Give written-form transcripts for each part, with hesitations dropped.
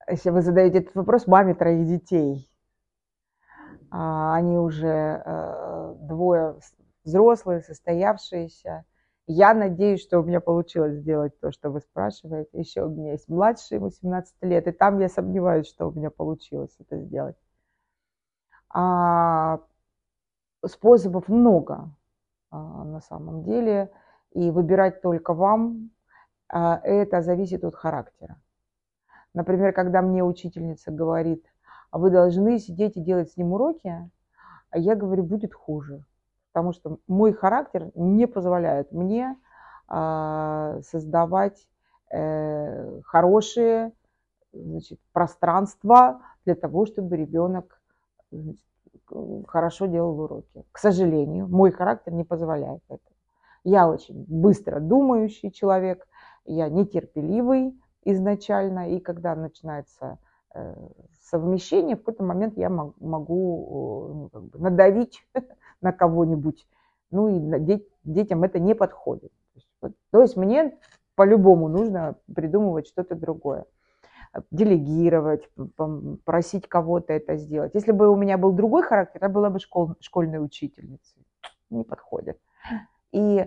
Если вы задаете этот вопрос маме 3 детей, они уже двое взрослые, состоявшиеся. Я надеюсь, что у меня получилось сделать то, что вы спрашиваете. Еще у меня есть младший, ему 17 лет, и там я сомневаюсь, что у меня получилось это сделать. А, Способов много на самом деле, и выбирать только вам. Это зависит от характера. Например, когда мне учительница говорит: а вы должны сидеть и делать с ним уроки, а я говорю: будет хуже. Потому что мой характер не позволяет мне создавать хорошие, значит, пространства для того, чтобы ребенок, значит, хорошо делал уроки. К сожалению, мой характер не позволяет этого. Я очень быстро думающий человек, я нетерпеливый изначально, и когда начинается совмещение, в какой-то момент я могу как бы надавить на кого-нибудь, ну и детям это не подходит. То есть мне по-любому нужно придумывать что-то другое, делегировать, просить кого-то это сделать. Если бы у меня был другой характер, я была бы школьной учительницей. Не подходит. И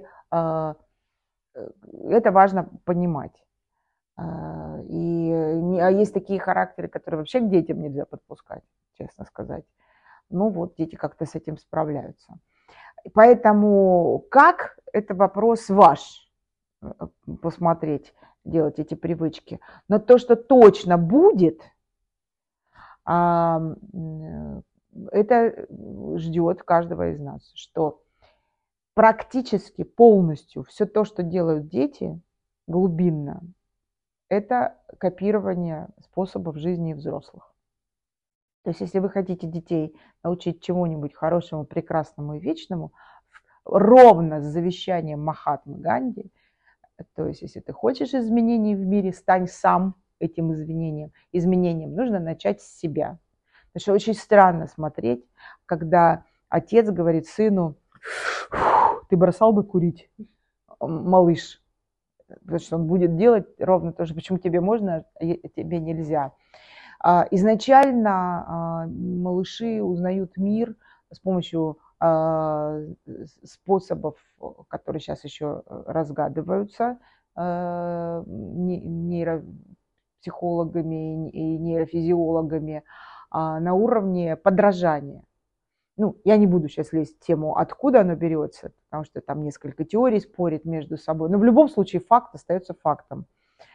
это важно понимать. А есть такие характеры, которые вообще к детям нельзя подпускать, честно сказать. Ну вот, дети как-то с этим справляются. Поэтому как – это вопрос ваш, посмотреть, делать эти привычки. Но то, что точно будет, это ждет каждого из нас, что практически полностью все то, что делают дети глубинно, это копирование способов жизни взрослых. То есть если вы хотите детей научить чему-нибудь хорошему, прекрасному и вечному, ровно с завещанием Махатмы Ганди, то есть если ты хочешь изменений в мире, стань сам этим изменением. Нужно начать с себя. Потому что очень странно смотреть, когда отец говорит сыну: ты бросал бы курить, малыш. Потому что он будет делать ровно то же, почему тебе можно, а тебе нельзя. Изначально малыши узнают мир с помощью способов, которые сейчас еще разгадываются нейропсихологами и нейрофизиологами, на уровне подражания. Ну, я не буду сейчас лезть в тему, откуда оно берется, потому что там несколько теорий спорят между собой. Но в любом случае факт остается фактом.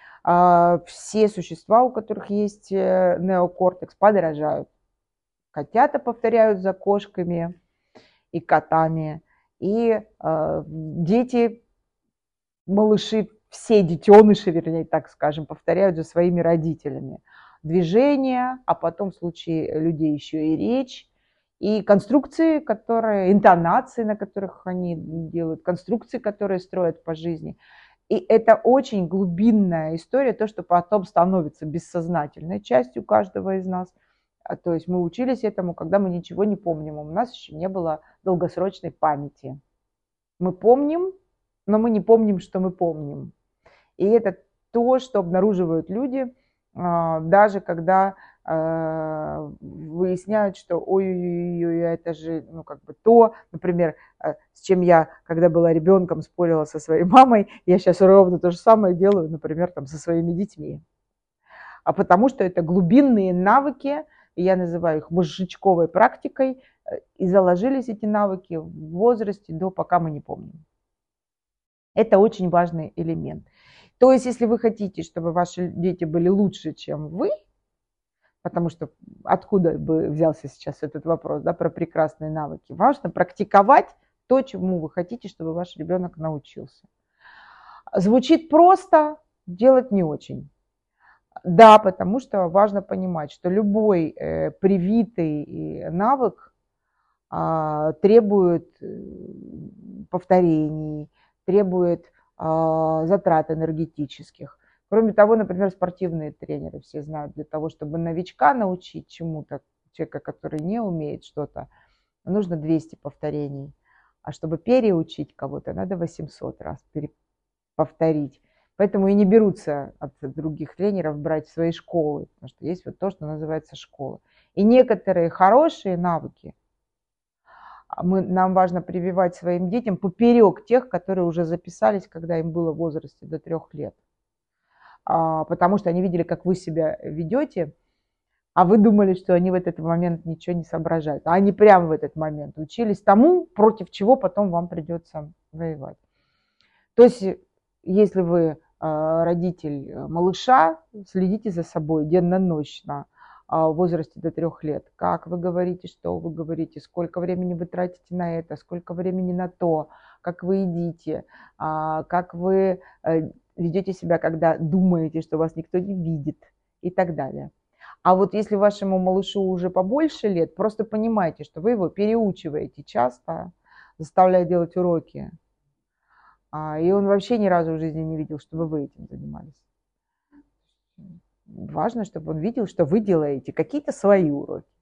Все существа, у которых есть неокортекс, подражают. Котята повторяют за кошками и котами. И дети, малыши, все детеныши, вернее, так скажем, повторяют за своими родителями. Движения, а потом в случае людей еще и речь. И конструкции, интонации, на которых они делают, конструкции, которые строят по жизни. И это очень глубинная история, то, что потом становится бессознательной частью каждого из нас. То есть мы учились этому, когда мы ничего не помним. У нас еще не было долгосрочной памяти. Мы помним, но мы не помним, что мы помним. И это то, что обнаруживают люди, даже когда выясняют, что ой-ой-ой, это же, ну, как бы то, например, с чем я, когда была ребенком, спорила со своей мамой, я сейчас ровно то же самое делаю, например, там, со своими детьми. А потому что это глубинные навыки, я называю их мозжечковой практикой, и заложились эти навыки в возрасте до пока мы не помним. Это очень важный элемент. То есть, если вы хотите, чтобы ваши дети были лучше, чем вы, потому что откуда бы взялся сейчас этот вопрос, да, про прекрасные навыки, важно практиковать то, чему вы хотите, чтобы ваш ребенок научился. Звучит просто, делать не очень. Да, потому что важно понимать, что любой привитый навык требует повторений, требует затрат энергетических. Кроме того, например, спортивные тренеры все знают, для того, чтобы новичка научить чему-то, человека, который не умеет что-то, нужно 200 повторений. А чтобы переучить кого-то, надо 800 раз повторить. Поэтому и не берутся от других тренеров брать в свои школы, потому что есть вот то, что называется школа. И некоторые хорошие навыки нам важно прививать своим детям поперек тех, которые уже записались, когда им было в возрасте до 3 лет. Потому что они видели, как вы себя ведете, а вы думали, что они в этот момент ничего не соображают. А они прямо в этот момент учились тому, против чего потом вам придется воевать. То есть, если вы родитель малыша, следите за собой денно-ночно в возрасте до 3 лет. Как вы говорите, что вы говорите, сколько времени вы тратите на это, сколько времени на то, как вы едите, как вы ведете себя, когда думаете, что вас никто не видит и так далее. А вот если вашему малышу уже побольше лет, просто понимайте, что вы его переучиваете часто, заставляя делать уроки, и он вообще ни разу в жизни не видел, чтобы вы этим занимались. Важно, чтобы он видел, что вы делаете какие-то свои уроки.